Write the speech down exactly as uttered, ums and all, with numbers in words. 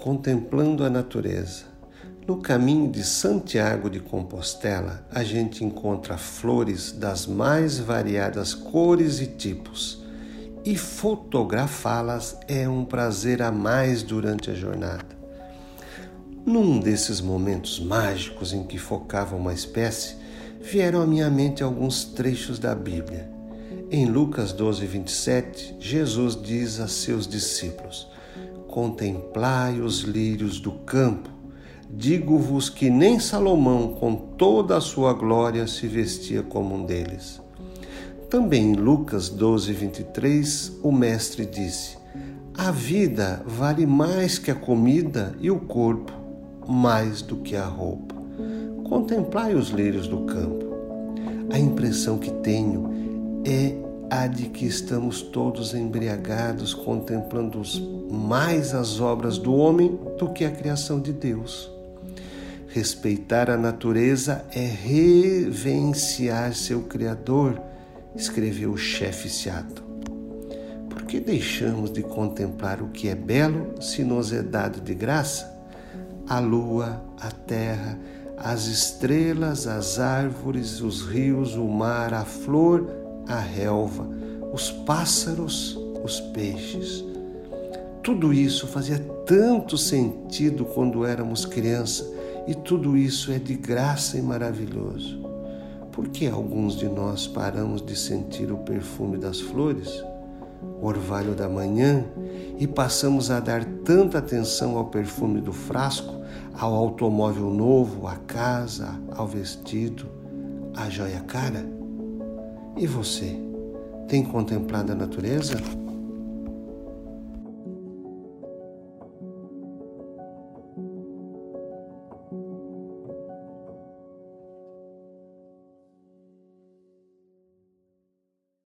contemplando a natureza. No caminho de Santiago de Compostela, a gente encontra flores das mais variadas cores e tipos, e fotografá-las é um prazer a mais durante a jornada. Num desses momentos mágicos em que focava uma espécie, vieram à minha mente alguns trechos da Bíblia. Em Lucas doze, vinte e sete, Jesus diz a seus discípulos: contemplai os lírios do campo, digo-vos que nem Salomão, com toda a sua glória, se vestia como um deles. Também em Lucas doze, vinte e três, o mestre disse: a vida vale mais que a comida e o corpo mais do que a roupa. Contemplai os lírios do campo. A impressão que tenho é a de que estamos todos embriagados contemplando mais as obras do homem do que a criação de Deus. Respeitar a natureza é reverenciar seu Criador, escreveu o chefe Seattle. Por que deixamos de contemplar o que é belo se nos é dado de graça? A lua, a terra, as estrelas, as árvores, os rios, o mar, a flor, a relva, os pássaros, os peixes. Tudo isso fazia tanto sentido quando éramos criança, e tudo isso é de graça e maravilhoso. Por que alguns de nós paramos de sentir o perfume das flores, o orvalho da manhã, e passamos a dar tanta atenção ao perfume do frasco, ao automóvel novo, à casa, ao vestido, à joia cara? E você, tem contemplado a natureza?